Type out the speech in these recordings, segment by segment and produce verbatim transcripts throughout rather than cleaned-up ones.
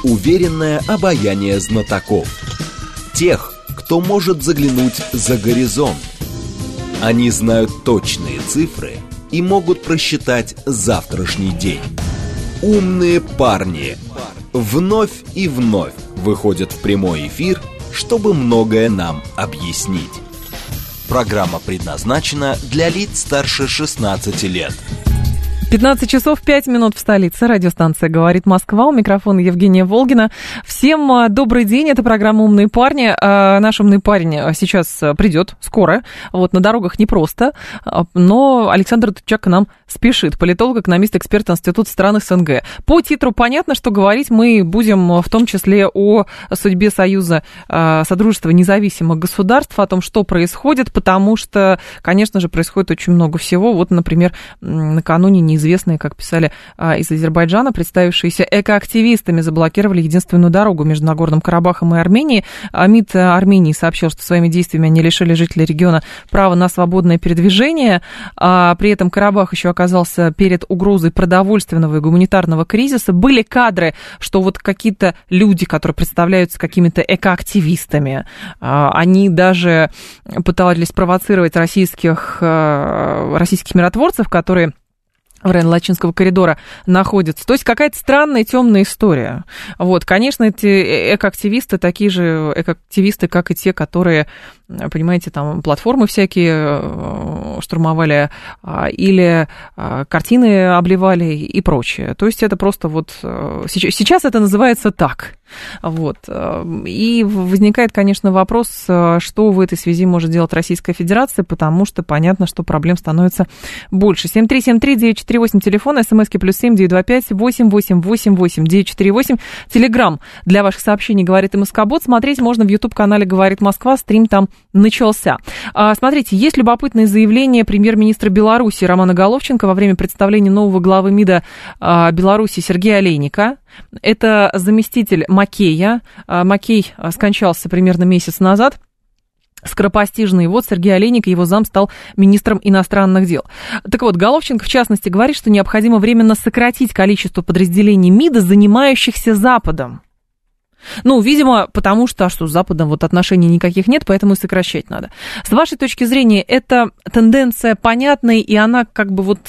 уверенное обаяние знатоков. Тех, кто может заглянуть за горизонт. Они знают точные цифры и могут просчитать завтрашний день. Умные парни вновь и вновь выходят в прямой эфир, чтобы многое нам объяснить. Программа предназначена для лиц старше шестнадцати лет. пятнадцать часов пять минут в столице. Радиостанция «Говорит Москва». У микрофона Евгения Волгина. Всем добрый день. Это программа «Умные парни». Наш умный парень сейчас придет скоро. Вот, на дорогах непросто. Но Александр Дудчак к нам спешит. Политолог, экономист, эксперт Института стран СНГ. По титру понятно, что говорить мы будем в том числе о судьбе Союза Содружества независимых государств, о том, что происходит, потому что, конечно же, происходит очень много всего. Вот, например, накануне не Известные, как писали из Азербайджана, представившиеся экоактивистами, заблокировали единственную дорогу между Нагорным Карабахом и Арменией. МИД Армении сообщил, что своими действиями они лишили жителей региона права на свободное передвижение. А при этом Карабах еще оказался перед угрозой продовольственного и гуманитарного кризиса. Были кадры, что вот какие-то люди, которые представляются какими-то экоактивистами, они даже пытались провоцировать российских, российских миротворцев, которые в районе Лачинского коридора находится. То есть какая-то странная темная история. Вот, конечно, эти экоактивисты такие же экоактивисты, как и те, которые, понимаете, там платформы всякие штурмовали или картины обливали и прочее. То есть это просто вот... Сейчас это называется так. Вот. И возникает, конечно, вопрос, что в этой связи может делать Российская Федерация, потому что понятно, что проблем становится больше. семь три семь три девять четыре восемь телефон, смски плюс семь девять два пять восемь восемь восемь восемь девять четыре восемь. Телеграм для ваших сообщений «Говорит МСК-бот». Смотреть можно в YouTube-канале «Говорит Москва». Стрим там начался. Смотрите, есть любопытное заявление премьер-министра Беларуси Романа Головченко во время представления нового главы МИДа Беларуси Сергея Олейника. Это заместитель Макея. Макей скончался примерно месяц назад. Скоропостижно. И вот Сергей Олейник и его зам стал министром иностранных дел. Так вот, Головченко, в частности, говорит, что необходимо временно сократить количество подразделений МИДа, занимающихся Западом. Ну, видимо, потому что, а что с Западом вот отношений никаких нет, поэтому и сокращать надо. С вашей точки зрения, эта тенденция понятная, и она как бы вот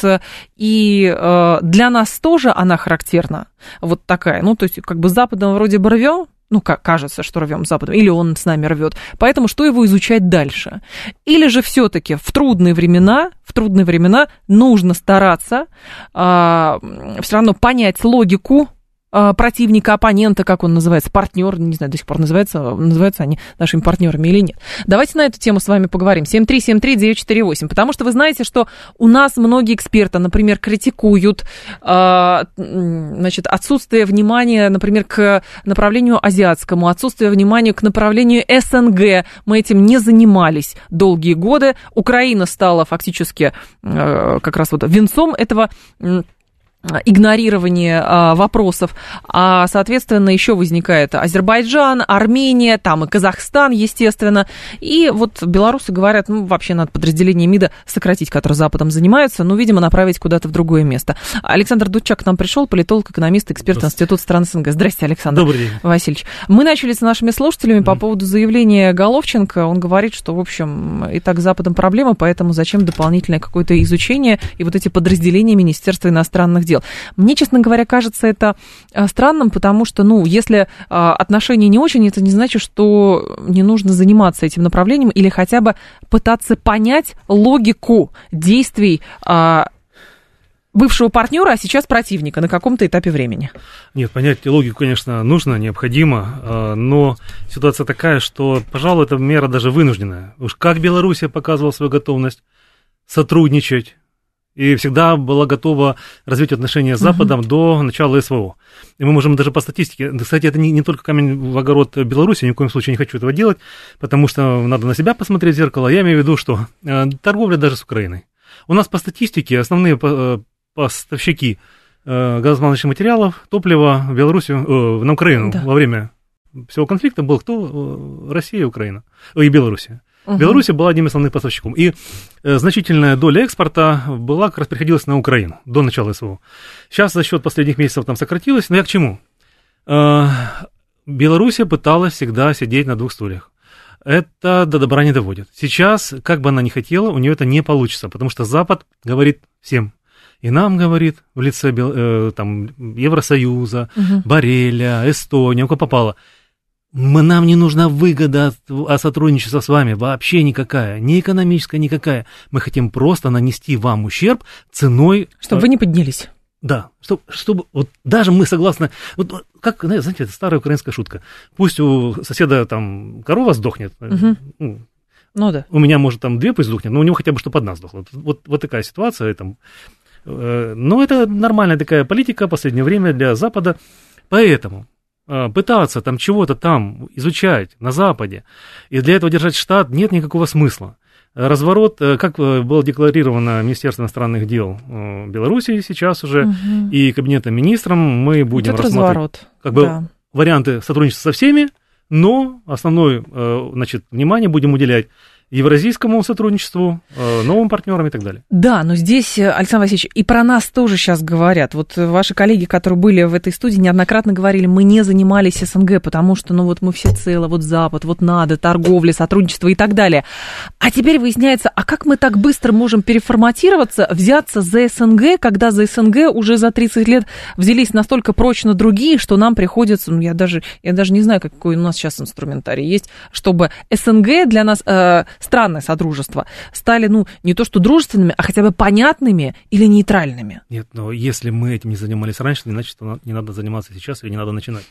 и э, для нас тоже она характерна, вот такая. Ну, то есть как бы с Западом вроде бы рвем, ну, как кажется, что рвем с Западом, или он с нами рвет, поэтому что его изучать дальше? Или же все-таки в трудные времена, в трудные времена нужно стараться э, все равно понять логику противника, оппонента, как он называется, партнер, не знаю, до сих пор называется, называются они нашими партнерами или нет. Давайте на эту тему с вами поговорим. семь три семь три девять четыре восемь, потому что вы знаете, что у нас многие эксперты, например, критикуют э, значит, отсутствие внимания, например, к направлению азиатскому, отсутствие внимания к направлению СНГ. Мы этим не занимались долгие годы. Украина стала фактически э, как раз вот венцом этого э, игнорирование а, вопросов, а, соответственно, еще возникает Азербайджан, Армения, там и Казахстан, естественно, и вот белорусы говорят, ну, вообще надо подразделение МИДа сократить, которые Западом занимаются, ну, видимо, направить куда-то в другое место. Александр Дудчак к нам пришел, политолог, экономист, эксперт Института стран СНГ. Здрасте, Александр. Добрый день. Васильевич. Мы начали с нашими слушателями mm. по поводу заявления Головченко. Он говорит, что, в общем, и так с Западом проблема, поэтому зачем дополнительное какое-то изучение и вот эти подразделения Министерства иностранных дел. Мне, честно говоря, кажется это странным, потому что, ну, если отношения не очень, это не значит, что не нужно заниматься этим направлением или хотя бы пытаться понять логику действий бывшего партнера, а сейчас противника на каком-то этапе времени. Нет, понять логику, конечно, нужно, необходимо, но ситуация такая, что, пожалуй, эта мера даже вынужденная. Уж как Белоруссия показывала свою готовность сотрудничать, и всегда была готова развить отношения с Западом uh-huh. до начала СВО. И мы можем даже по статистике... Кстати, это не, не только камень в огород Беларуси, ни в коем случае не хочу этого делать, потому что надо на себя посмотреть в зеркало. Я имею в виду, что э, торговля даже с Украиной. У нас по статистике основные э, поставщики э, газосмазочных материалов, топлива в Беларуси, э, на Украину да. во время всего конфликта был кто? Россия и Украина. И Белоруссия. Uh-huh. Беларусь была одним из основных поставщиков. И э, значительная доля экспорта была, как раз приходилась на Украину до начала СВО. Сейчас за счет последних месяцев там сократилось. Но я к чему? Белоруссия пыталась всегда сидеть на двух стульях. Это до добра не доводит. Сейчас, как бы она ни хотела, у нее это не получится, потому что Запад говорит всем. И нам говорит в лице э, там, Евросоюза, угу. Борреля, Эстонии, у кого попало. Мы, нам не нужна выгода от, от сотрудничества с вами, вообще никакая, ни экономическая, никакая. Мы хотим просто нанести вам ущерб ценой... Чтобы вы не поднялись. Да, чтобы, чтобы вот даже мы согласны, вот как, знаете, это старая украинская шутка, пусть у соседа там корова сдохнет, угу. ну, ну да. У меня, может, там две пусть сдохнет, но у него хотя бы чтобы одна сдохла, вот, вот такая ситуация, там, э, но это нормальная такая политика в последнее время для Запада, поэтому э, пытаться там чего-то там изучать на Западе и для этого держать штат нет никакого смысла. Разворот, как было декларировано Министерством иностранных дел Беларуси сейчас уже, угу. и Кабинетом министров, мы будем вот рассматривать разворот. Как бы, да. варианты сотрудничества со всеми, но основное, значит, внимание будем уделять евразийскому сотрудничеству, новым партнерам и так далее. Да, но здесь, Александр Васильевич, и про нас тоже сейчас говорят. Вот ваши коллеги, которые были в этой студии, неоднократно говорили, мы не занимались СНГ, потому что, ну вот мы все целы, вот Запад, вот надо, торговля, сотрудничество и так далее. А теперь выясняется, а как мы так быстро можем переформатироваться, взяться за СНГ, когда за СНГ уже за тридцать лет взялись настолько прочно другие, что нам приходится, ну я даже, я даже не знаю, какой у нас сейчас инструментарий есть, чтобы СНГ для нас... Э, странное содружество, стали, ну, не то что дружественными, а хотя бы понятными или нейтральными. Нет, но если мы этим не занимались раньше, не значит, что не надо заниматься сейчас или не надо начинать.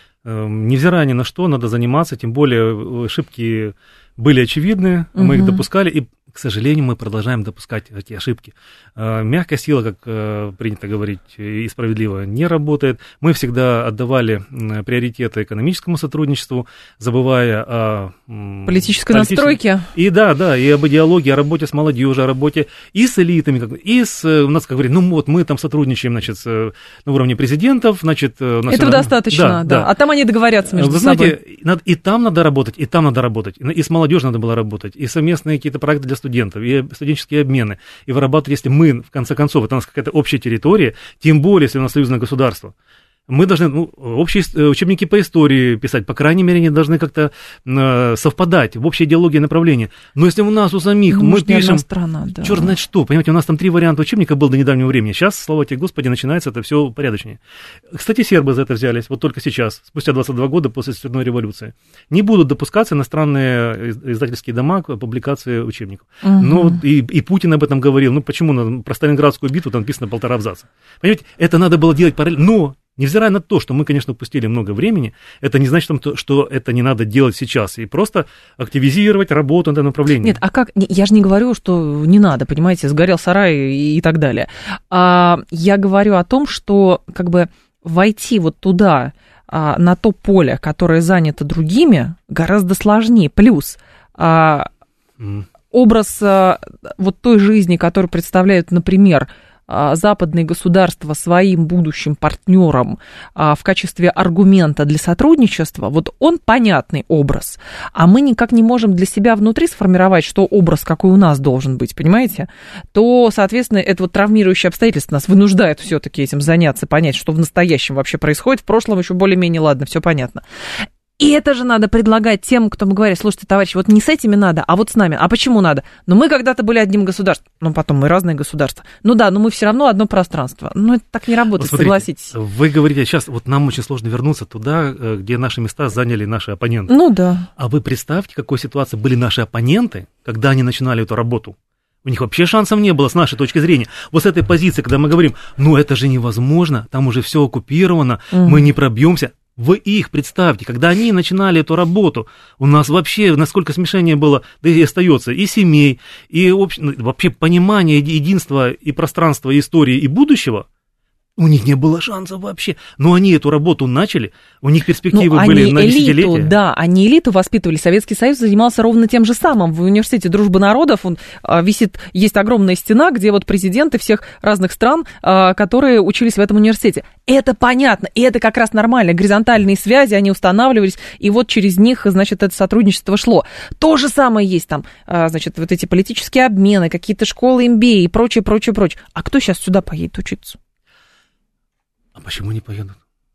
Невзирая ни на что, надо заниматься, тем более ошибки были очевидны, мы угу. их допускали, и, к сожалению, мы продолжаем допускать эти ошибки. Мягкая сила, как принято говорить, и справедливо, не работает. Мы всегда отдавали приоритеты экономическому сотрудничеству, забывая о... Политической настройке. И да, да, и об идеологии, о работе с молодежью, о работе и с элитами, и с... У нас, как говорят, ну вот мы там сотрудничаем, значит, с, на уровне президентов, значит... Этого все... достаточно, да, да. да. А там они договорятся между Вы собой. Знаете, и там надо работать, и там надо работать, и с молодежью надо было работать, и совместные какие-то проекты для студентов, и студенческие обмены, и вырабатывать, если мы, в конце концов, это у нас какая-то общая территория, тем более, если у нас союзное государство, мы должны ну, общие учебники по истории писать, по крайней мере, они должны как-то э, совпадать в общей идеологии и направлении. Но если у нас у самих ну, мы пишем, страна, да. черт знает что, понимаете, у нас там три варианта учебника было до недавнего времени, сейчас, слава тебе Господи, начинается это все порядочнее. Кстати, сербы за это взялись, вот только сейчас, спустя двадцать два года после Цветной революции. Не будут допускаться иностранные издательские дома к публикации учебников. Угу. Но и, и Путин об этом говорил, ну почему про Сталинградскую битву там написано полтора абзаца. Понимаете, это надо было делать параллельно, но... Невзирая на то, что мы, конечно, упустили много времени, это не значит, что это не надо делать сейчас, и просто активизировать работу на этом направлении. Нет, а как, я же не говорю, что не надо, понимаете, сгорел сарай и, и так далее. А, я говорю о том, что как бы войти вот туда, а, на то поле, которое занято другими, гораздо сложнее. Плюс а, mm. образ а, вот той жизни, которую представляют, например, западные государства своим будущим партнерам в качестве аргумента для сотрудничества, вот он понятный образ, а мы никак не можем для себя внутри сформировать, что образ какой у нас должен быть, понимаете, то, соответственно, это вот травмирующее обстоятельство нас вынуждает все-таки этим заняться, понять, что в настоящем вообще происходит, в прошлом еще более-менее ладно, все понятно. И это же надо предлагать тем, кто мы говорим, слушайте, товарищи, вот не с этими надо, а вот с нами. А почему надо? Ну, мы когда-то были одним государством, ну, потом мы разные государства. Ну да, но мы все равно одно пространство. Ну, это так не работает, вот смотрите, согласитесь. Вы говорите, сейчас вот нам очень сложно вернуться туда, где наши места заняли наши оппоненты. Ну да. А вы представьте, в какой ситуации были наши оппоненты, когда они начинали эту работу. У них вообще шансов не было с нашей точки зрения. Вот с этой позиции, когда мы говорим, ну это же невозможно, там уже все оккупировано, mm. мы не пробьемся. Вы их представьте, когда они начинали эту работу, у нас вообще насколько смешение было, да и остается, и семей, и обще, вообще понимание единства и пространства, и истории, и будущего. У них не было шансов вообще, но они эту работу начали, у них перспективы ну, были на элиту, десятилетия. Да, они элиту воспитывали, Советский Союз занимался ровно тем же самым. В университете Дружбы народов он, а, висит, есть огромная стена, где вот президенты всех разных стран, а, которые учились в этом университете. Это понятно, и это как раз нормально, горизонтальные связи, они устанавливались, и вот через них, значит, это сотрудничество шло. То же самое есть там, а, значит, вот эти политические обмены, какие-то школы эм би эй и прочее, прочее, прочее. А кто сейчас сюда поедет учиться? А почему не поедут?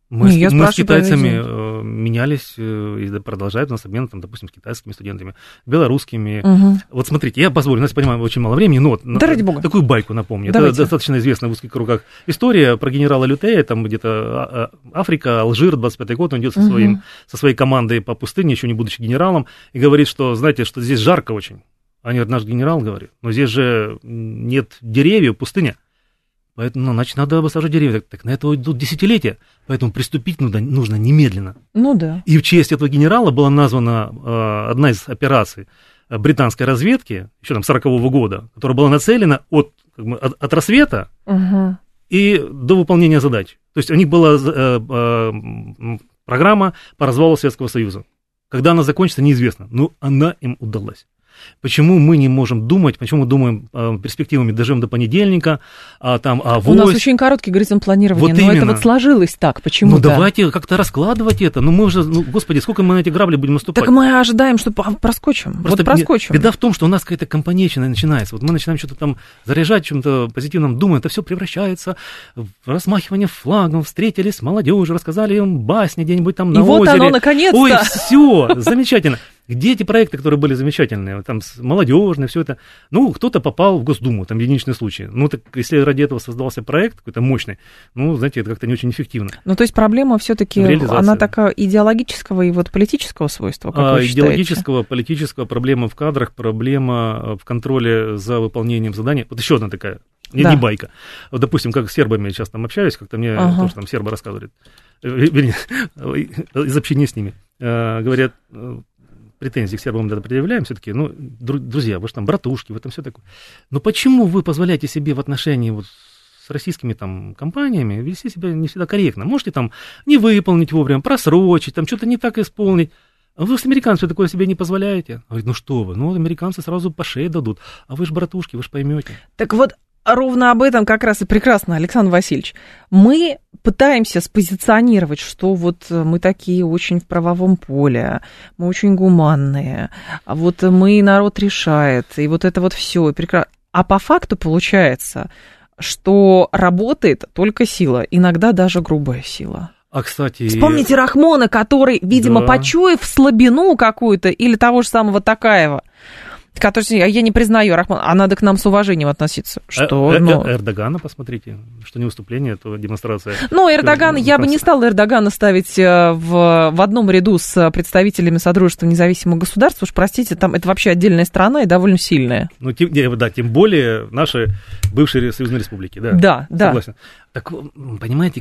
Мы, Не, с, мы с китайцами э, менялись э, и продолжают у нас обмен, там, допустим, с китайскими студентами, белорусскими. Угу. Вот смотрите, я позволю, у нас, понимаю, очень мало времени, но вот да, ради бога. Такую байку напомню. Давайте. Это достаточно известная в узких кругах история про генерала Лютея, там где-то Африка, Алжир, двадцать пятый год, он идет со, угу. своим, со своей командой по пустыне, еще не будучи генералом, и говорит, что, знаете, что здесь жарко очень. А нет, наш генерал говорит, но здесь же нет деревьев, пустыня. Поэтому, ну, значит, надо обосаживать деревья. Так, так на это идут десятилетия. Поэтому приступить нужно, нужно немедленно. Ну да. И в честь этого генерала была названа э, одна из операций британской разведки, еще там сорокового года, которая была нацелена от, как бы, от, от рассвета угу. и до выполнения задач. То есть у них была э, э, программа по развалу Советского Союза. Когда она закончится, неизвестно. Но она им удалась. Почему мы не можем думать, почему мы думаем э, перспективами, доживем до понедельника, а там авось. У нас очень короткий горизонт планирования, вот но именно. Это вот сложилось так, почему-то. Ну давайте как-то раскладывать это, ну мы уже, ну, господи, сколько мы на эти грабли будем наступать? Так мы ожидаем, что проскочим, Просто вот проскочим. Беда в том, что у нас какая-то компанейщина начинается, вот мы начинаем что-то там заряжать чем-то позитивным, думаем, это все превращается в размахивание флагом, встретились с молодежью, рассказали им басни где-нибудь там на И озере. вот оно, наконец-то. Ой, все, замечательно. Где эти проекты, которые были замечательные, там молодежные, все это? Ну, кто-то попал в Госдуму, там единичный случай. Ну, так если ради этого создался проект какой-то мощный, ну, знаете, это как-то не очень эффективно. Ну, то есть проблема все-таки, она такая идеологического и вот политического свойства, как а, вы считаете? Идеологического, политического, проблема в кадрах, проблема в контроле за выполнением задания. Вот еще одна такая, не, да. не байка. Вот, допустим, как с сербами сейчас там общаюсь, как-то мне ага. тоже там сербы рассказывают, вернее, из общения с ними, говорят, претензии к сербам да, предъявляем, все-таки, ну, друзья, вы же там братушки, вы там все такое. Но почему вы позволяете себе в отношении вот с российскими там компаниями вести себя не всегда корректно? Можете там не выполнить вовремя, просрочить, там что-то не так исполнить. А вы с американцами такое себе не позволяете? Говорит, ну что вы, ну американцы сразу по шее дадут, а вы же братушки, вы же поймете. Так вот, ровно об этом как раз и прекрасно, Александр Васильевич. Мы пытаемся спозиционировать, что вот мы такие очень в правовом поле, мы очень гуманные, а вот мы, народ решает, и вот это вот все прекрасно. А по факту получается, что работает только сила, иногда даже грубая сила. А, кстати... Вспомните Рахмона, который, видимо, да. почуяв слабину какую-то, или того же самого Такаева, который, я не признаю Рахмана, а надо к нам с уважением относиться. Что, э, ну... Эрдогана посмотрите, что не выступление, то демонстрация. Ну, Эрдогана, я бы не стала Эрдогана ставить в, в одном ряду с представителями Содружества независимых государств, уж простите, там это вообще отдельная страна и довольно сильная. Ну, тем, да, тем более наши бывшие союзные республики, да. Да, да. Согласен. Так, понимаете,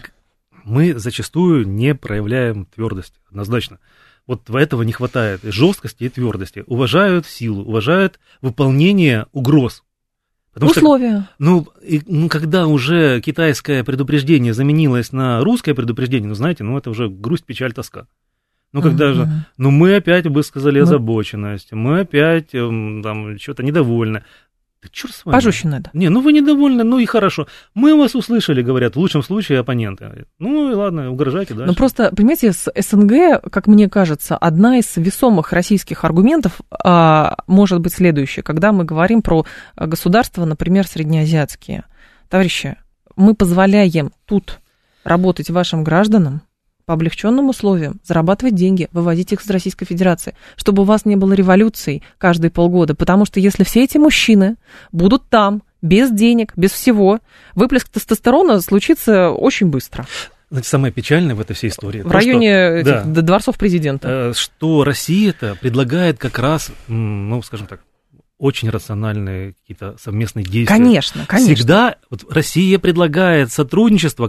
мы зачастую не проявляем твердость, однозначно. Вот этого не хватает, и жесткости, и твердости. Уважают силу, уважают выполнение угроз. Потому условия. Что, ну, и, ну, когда уже китайское предупреждение заменилось на русское предупреждение, ну, знаете, ну, это уже грусть, печаль, тоска. Ну, когда uh-huh. же, ну, мы опять высказали uh-huh. озабоченность, мы опять там что-то недовольны. Да черт с вами. Пожестче надо. Не, ну вы недовольны, ну и хорошо. Мы вас услышали, говорят, в лучшем случае оппоненты. Ну и ладно, угрожайте дальше. Ну просто, понимаете, с СНГ, как мне кажется, одна из весомых российских аргументов а, может быть следующая. Когда мы говорим про государства, например, среднеазиатские. Товарищи, мы позволяем тут работать вашим гражданам по облегченным условиям, зарабатывать деньги, вывозить их из Российской Федерации, чтобы у вас не было революций каждые полгода, потому что если все эти мужчины будут там, без денег, без всего, выплеск тестостерона случится очень быстро. Значит, самое печальное в этой всей истории... В то, районе что, этих, да, дворцов президента. Что Россия-то предлагает как раз, ну, скажем так, очень рациональные какие-то совместные действия. Конечно, конечно. Всегда вот, Россия предлагает сотрудничество,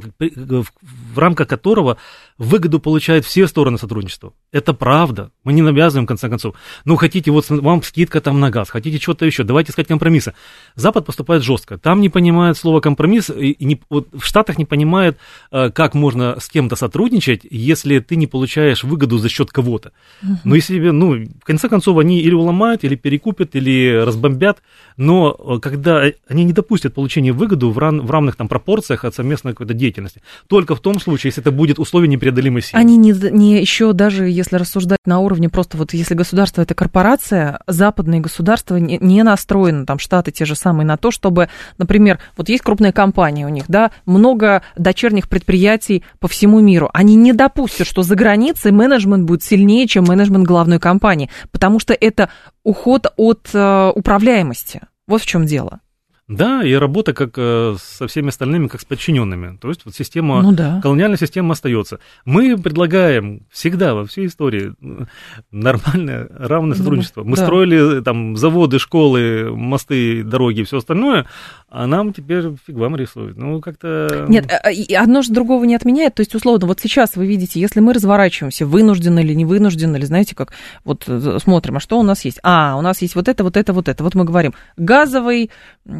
в рамках которого выгоду получают все стороны сотрудничества. Это правда. Мы не навязываем, в конце концов. Ну, хотите, вот вам скидка там на газ, хотите что-то еще, давайте искать компромиссы. Запад поступает жестко. Там не понимают слово компромисс, и не, вот в Штатах не понимают, как можно с кем-то сотрудничать, если ты не получаешь выгоду за счет кого-то. Угу. Но если, ну, в конце концов, они или уломают, или перекупят, или разбомбят, но когда они не допустят получения выгоды в, ран, в равных там пропорциях от совместной какой-то деятельности. Только в том случае, если это будет условие непреодолимой силы. Они не, не еще даже, если рассуждать на уровне просто вот если государство это корпорация, западные государства не, не настроены, там Штаты те же самые, на то, чтобы, например, вот есть крупная компания у них, да, много дочерних предприятий по всему миру. Они не допустят, что за границей менеджмент будет сильнее, чем менеджмент главной компании, потому что это уход от э, управляемости. Вот в чем дело. Да, и работа как э, со всеми остальными, как с подчиненными. То есть вот система, ну, да. колониальная система остается. Мы предлагаем всегда во всей истории нормальное, равное сотрудничество. Мы да. строили там заводы, школы, мосты, дороги и все остальное, а нам теперь фиг вам рисует. Ну, как-то... Нет, одно же другого не отменяет. То есть, условно, вот сейчас вы видите, если мы разворачиваемся, вынуждены или не вынуждены, или знаете, как вот смотрим, а что у нас есть? А, у нас есть вот это, вот это, вот это. Вот мы говорим, газовый...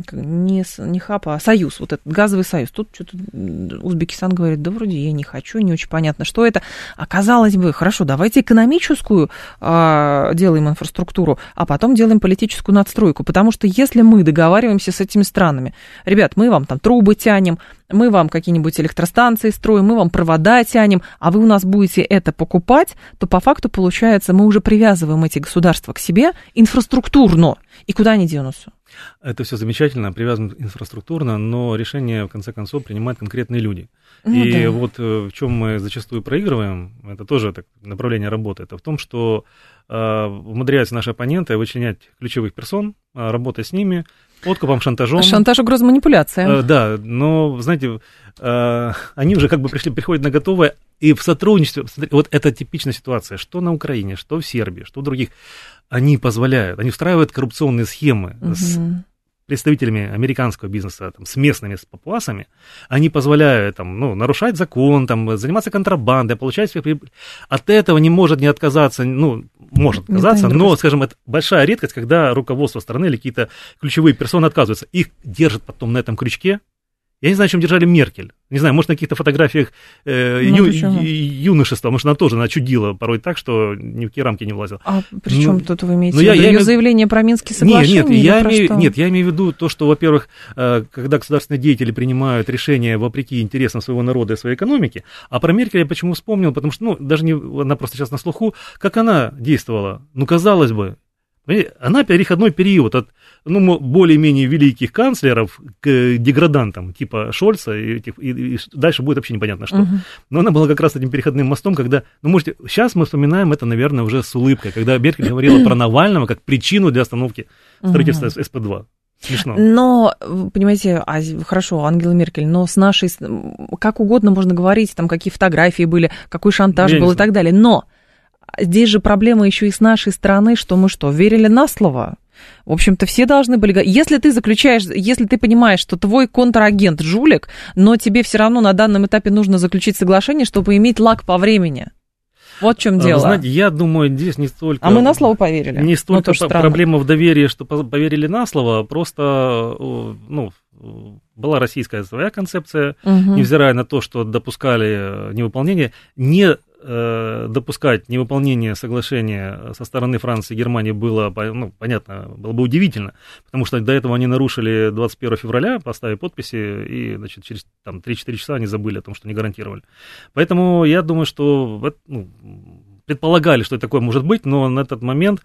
Не, не хаб, а союз, вот этот газовый союз. Тут что-то Узбекистан говорит, да вроде я не хочу, не очень понятно, что это. А казалось бы, хорошо, давайте экономическую а, делаем инфраструктуру, а потом делаем политическую надстройку, потому что если мы договариваемся с этими странами, ребят, мы вам там трубы тянем, мы вам какие-нибудь электростанции строим, мы вам провода тянем, а вы у нас будете это покупать, то по факту получается, мы уже привязываем эти государства к себе инфраструктурно, и куда они денутся? Это все замечательно, привязано инфраструктурно, но решение, в конце концов, принимают конкретные люди. Ну, и да. вот в чем мы зачастую проигрываем, это тоже так, направление работы, это в том, что э, умудряются наши оппоненты вычленять ключевых персон, э, работать с ними, подкупом, шантажом. Шантаж, угроза, манипуляция. Э, да, но, знаете, э, они уже как бы пришли, приходят на готовое, и в сотрудничестве, вот это типичная ситуация, что на Украине, что в Сербии, что в других, они позволяют, они устраивают коррупционные схемы угу. с представителями американского бизнеса, там, с местными, с папуасами, они позволяют там, ну, нарушать закон, там, заниматься контрабандой, получать свои прибыль. От этого не может не отказаться, ну, может отказаться, но, скажем, это большая редкость, когда руководство страны или какие-то ключевые персоны отказываются. Их держат потом на этом крючке. Я не знаю, чем держали Меркель. Не знаю, может, на каких-то фотографиях э, ю, ю, юношества, может, она тоже начудила порой так, что ни в какие рамки не влазила. А при чем ну, тут вы имеете ну, в виду? Я, я Ее имею... заявление про Минские соглашения? Нет, нет, я имею, что? нет, я имею в виду то, что, во-первых, э, когда государственные деятели принимают решения вопреки интересам своего народа и своей экономики, а про Меркель я почему вспомнил, потому что, ну, даже не, она просто сейчас на слуху, как она действовала. Ну, казалось бы, она переходной период от ну, более-менее великих канцлеров к деградантам, типа Шольца, и, и, и дальше будет вообще непонятно что. Uh-huh. Но она была как раз этим переходным мостом, когда, ну, можете, сейчас мы вспоминаем это, наверное, уже с улыбкой, когда Меркель говорила про Навального как причину для остановки строительства uh-huh. эс пэ два. Смешно. Но, понимаете, а, хорошо, Ангела Меркель, но с нашей, как угодно можно говорить, там, какие фотографии были, какой шантаж Я был и так далее, но здесь же проблема еще и с нашей стороны, что мы что, верили на слово? В общем-то, все должны были... Если ты заключаешь, если ты понимаешь, что твой контрагент жулик, но тебе все равно на данном этапе нужно заключить соглашение, чтобы иметь лаг по времени. Вот в чем дело. Вы знаете, я думаю, здесь не столько... А мы на слово поверили. Не столько ну, проблема в доверии, что поверили на слово, просто, ну, была российская своя концепция, угу. невзирая на то, что допускали невыполнение, не допускать невыполнение соглашения со стороны Франции и Германии было, ну, понятно, было бы удивительно, потому что до этого они нарушили двадцать первого февраля, поставив подписи, и, значит, через там, три-четыре часа они забыли о том, что не гарантировали. Поэтому я думаю, что ну, предполагали, что такое может быть, но на этот момент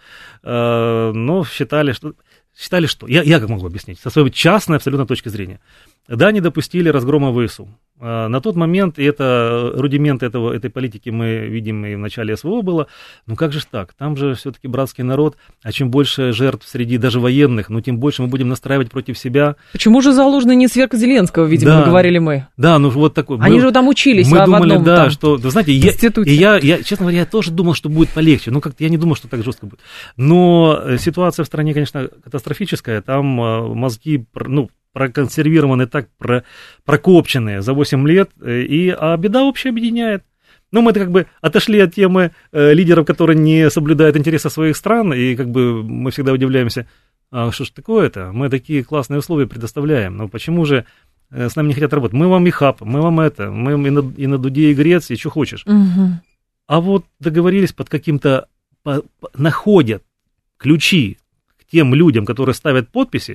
э, но считали, что... Считали, что... Я, я как могу объяснить? Со своей частной абсолютно точки зрения. Да, не допустили разгрома ВСУ. На тот момент, и это рудимент этого, этой политики мы видим и в начале СВО было, ну как же ж так? Там же все-таки братский народ, а чем больше жертв среди даже военных, ну тем больше мы будем настраивать против себя. Почему же Залужный не сверг Зеленского, видимо, да, говорили мы? Да, ну вот такой. Они мы, же там учились мы в думали, одном да, там что, вы знаете, я, и я, я, честно говоря, я тоже думал, что будет полегче, ну как-то я не думал, что так жестко будет. Но ситуация в стране, конечно, катастрофическая, там мозги, ну, проконсервированы так, про, прокопченные за восемь лет, и, а беда общая объединяет. Ну, мы-то как бы отошли от темы э, лидеров, которые не соблюдают интересы своих стран, и как бы мы всегда удивляемся, а что ж такое-то, мы такие классные условия предоставляем, но почему же э, с нами не хотят работать? Мы вам и хаб, мы вам это, мы и на, и на Дуде, и Греции, что хочешь. Угу. А вот договорились под каким-то, по, по, находят ключи к тем людям, которые ставят подписи,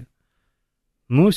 ну,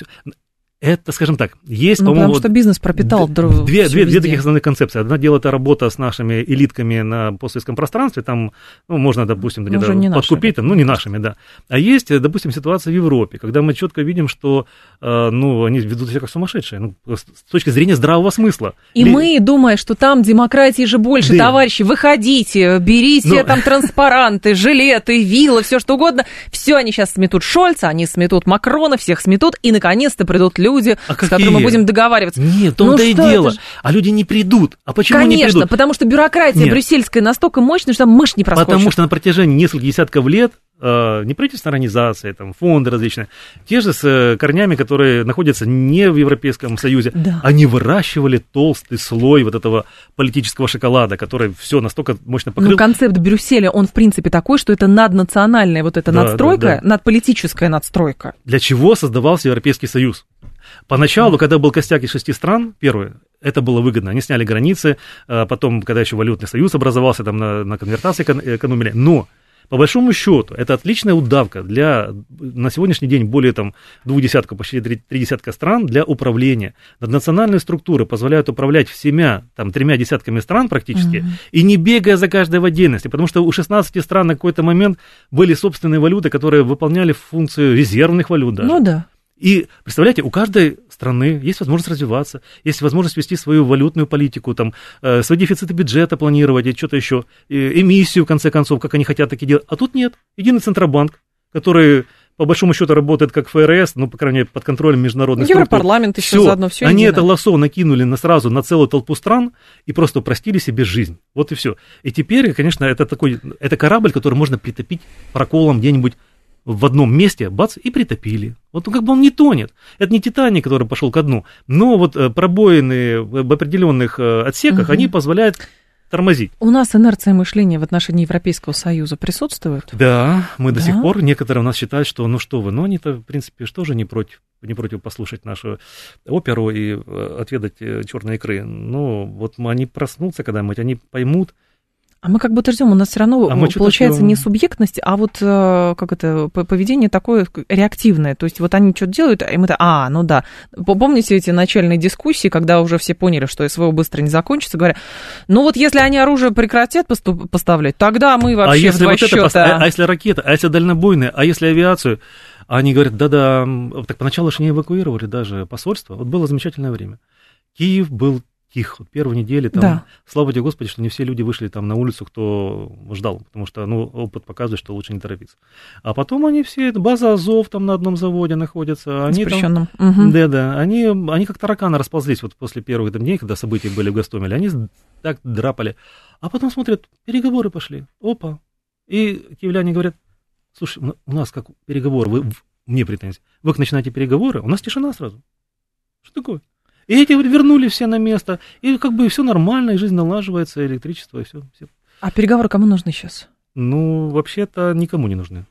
это, скажем так, есть, ну, по-моему... потому что бизнес пропитал д- две, две, две таких основных концепции. Одно дело, это работа с нашими элитками на постсоветском пространстве, там, ну, можно, допустим, где-то подкупить, там, ну, не нашими, да. А есть, допустим, ситуация в Европе, когда мы четко видим, что, э, ну, они ведут себя как сумасшедшие, ну, с точки зрения здравого смысла. И Ли... мы, думая, что там демократии же больше, да. Товарищи, выходите, берите Но... там транспаранты, жилеты, виллы, все что угодно, все они сейчас сметут Шольца, они сметут Макрона, всех сметут, и, наконец-то, придут люди, люди, а с какие? которыми мы будем договариваться. Нет, в том-то ну, и дело. Же... А люди не придут. А почему Конечно, не придут? Конечно, потому что бюрократия Нет. брюссельская настолько мощная, что там мышь не проскочит. Потому что на протяжении нескольких десятков лет э, неправительственные организации, там, фонды различные, те же с э, корнями, которые находятся не в Европейском Союзе, да. они выращивали толстый слой вот этого политического шоколада, который все настолько мощно покрыл. Ну, концепт Брюсселя, он, в принципе, такой, что это наднациональная вот эта да, надстройка, да, да. надполитическая надстройка. Для чего создавался Европейский Союз? Поначалу, когда был костяк из шести стран, первое, это было выгодно, они сняли границы, потом, когда еще валютный союз образовался, там на, на конвертации экономили, но, по большому счету, это отличная удавка для, на сегодняшний день, более там двух десятков, почти три, три десятка стран для управления. Наднациональные структуры позволяют управлять всеми, там, тремя десятками стран практически, mm-hmm. и не бегая за каждой в отдельности, потому что у шестнадцати стран на какой-то момент были собственные валюты, которые выполняли функцию резервных валют даже. Ну да. И, представляете, у каждой страны есть возможность развиваться, есть возможность вести свою валютную политику, там, э, свои дефициты бюджета планировать и что-то еще, э, эмиссию, в конце концов, как они хотят, так и делать. А тут нет. Единый Центробанк, который, по большому счету, работает как эф эр эс, ну, по крайней мере, под контролем международных структур. Европарламент еще все. заодно, все Они едино. это лассо накинули на, сразу на целую толпу стран и просто упростили себе жизнь. Вот и все. И теперь, конечно, это такой, это корабль, который можно притопить проколом где-нибудь в одном месте, бац, и притопили. Вот как бы он не тонет. Это не Титаник, который пошел ко дну, но вот пробоины в определенных отсеках, угу. они позволяют тормозить. У нас инерция мышления в отношении Европейского Союза присутствует? Да, мы да? до сих пор, некоторые у нас считают, что ну что вы, но они-то, в принципе, что же не против, не против послушать нашу оперу и отведать черной икры. Ну, вот они проснутся когда-нибудь, они поймут. А мы как будто ждем, у нас все равно а получается ждем. не субъектность, а вот как это поведение такое реактивное. То есть вот они что-то делают, и мы-то, а, ну да. Помните эти начальные дискуссии, когда уже все поняли, что СВО быстро не закончится, говорят, ну вот если они оружие прекратят поступ- поставлять, тогда мы вообще а если в два вот счета. Пост... А, а если ракеты, а если дальнобойные, а если авиацию? Они говорят, да-да, так поначалу же не эвакуировали даже посольство. Вот было замечательное время. Киев был тихо. Первую неделю там, да. слава тебе Господи, что не все люди вышли там на улицу, кто ждал, потому что, ну, опыт показывает, что лучше не торопиться. А потом они все, база Азов там на одном заводе находится. Они запрещенном. Там, угу. Да, да, они, они как тараканы расползлись вот после первых дней, когда события были в Гостомеле. Они так драпали. А потом смотрят, переговоры пошли. Опа. И киевляне говорят, слушай, у нас как переговоры, вы, мне претензии, вы начинаете переговоры, у нас тишина сразу. Что такое? И эти вернули все на место, и как бы все нормально, и жизнь налаживается, электричество, и все. все. А переговоры кому нужны сейчас? Ну, вообще-то никому не нужны.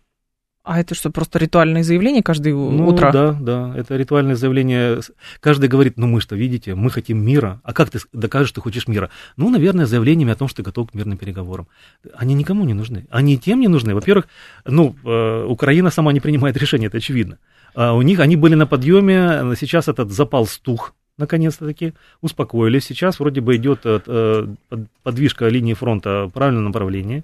А это что, просто ритуальное заявление каждое ну, утро? Да, да, это ритуальное заявление. Каждый говорит, ну мы что, видите, мы хотим мира. А как ты докажешь, что хочешь мира? Ну, наверное, заявлениями о том, что ты готов к мирным переговорам. Они никому не нужны. Они тем не нужны. Во-первых, ну, Украина сама не принимает решения, это очевидно. А у них, они были на подъеме, сейчас этот запал стух. Наконец-то-таки успокоились. Сейчас вроде бы идет подвижка линии фронта в правильном направлении,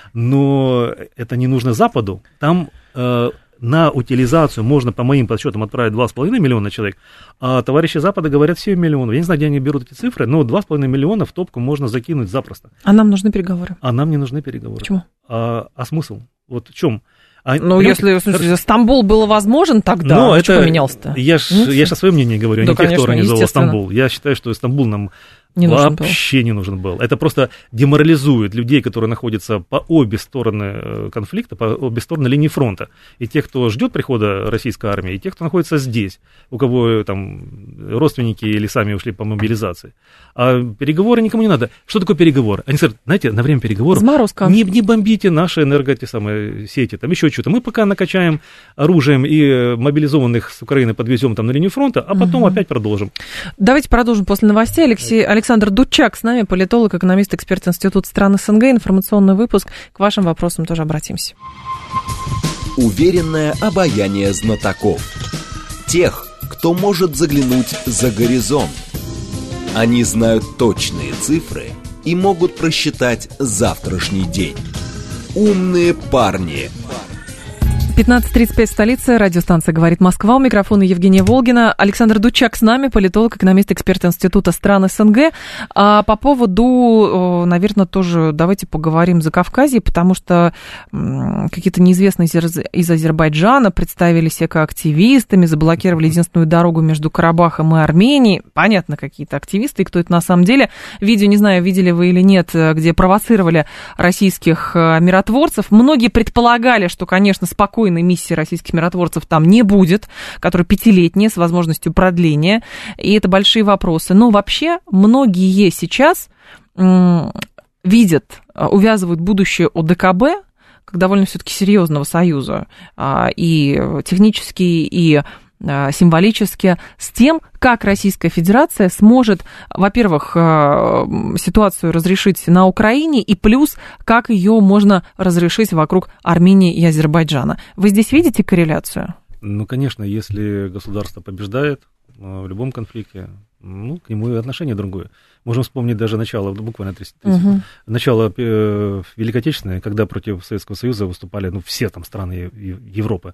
но это не нужно Западу. Там э, на утилизацию можно, по моим подсчетам, отправить два с половиной миллиона человек, а товарищи Запада говорят семь миллионов. Я не знаю, где они берут эти цифры, но два с половиной миллиона в топку можно закинуть запросто. А нам нужны переговоры? А нам не нужны переговоры. Почему? А, а смысл? Вот в чем? А, ну, если, в смысле, Стамбул был возможен тогда, но а это, что поменялся-то? Я же свое мнение говорю, да, не тех, кто организовал Стамбул. Я считаю, что Стамбул нам не вообще не нужен был. Это просто деморализует людей, которые находятся по обе стороны конфликта, по обе стороны линии фронта. И тех, кто ждет прихода российской армии, и тех, кто находится здесь, у кого там родственники или сами ушли по мобилизации. А переговоры никому не надо. Что такое переговоры? Они говорят, знаете, на время переговоров не, не бомбите наши энерго, те самые сети, там еще что-то. Мы пока накачаем оружием и мобилизованных с Украины подвезем там на линию фронта, а потом угу. опять продолжим. Давайте продолжим после новостей. Алексей, Александр Дудчак с нами, политолог, экономист, эксперт Института стран СНГ. Информационный выпуск. К вашим вопросам тоже обратимся. уверенное обаяние знатоков. Тех, кто может заглянуть за горизонт. Они знают точные цифры и могут просчитать завтрашний день. Умные парни. пятнадцать тридцать пять в столице. Радиостанция «Говорит Москва». У микрофона Евгения Волгина. Александр Дучак с нами, политолог, экономист, эксперт Института стран СНГ. А по поводу, наверное, тоже давайте поговорим за Кавказье, потому что какие-то неизвестные из Азербайджана представились экоактивистами, заблокировали единственную дорогу между Карабахом и Арменией. Понятно, какие-то активисты, и кто это на самом деле. Видео, не знаю, видели вы или нет, где провоцировали российских миротворцев. Многие предполагали, что, конечно, спокойно миссии российских миротворцев там не будет, которая пятилетняя, с возможностью продления, и это большие вопросы. Но вообще многие сейчас м- видят, увязывают будущее ОДКБ как довольно все-таки серьезного союза, а, и технически, и символически, с тем, как Российская Федерация сможет, во-первых, ситуацию разрешить на Украине, и плюс, как ее можно разрешить вокруг Армении и Азербайджана. Вы здесь видите корреляцию? Ну, конечно, если государство побеждает в любом конфликте, ну, к нему и отношение другое. Можем вспомнить даже начало, буквально тридцать, тридцать, угу. начало э, Великой Отечественной, когда против Советского Союза выступали, ну, все там страны Европы.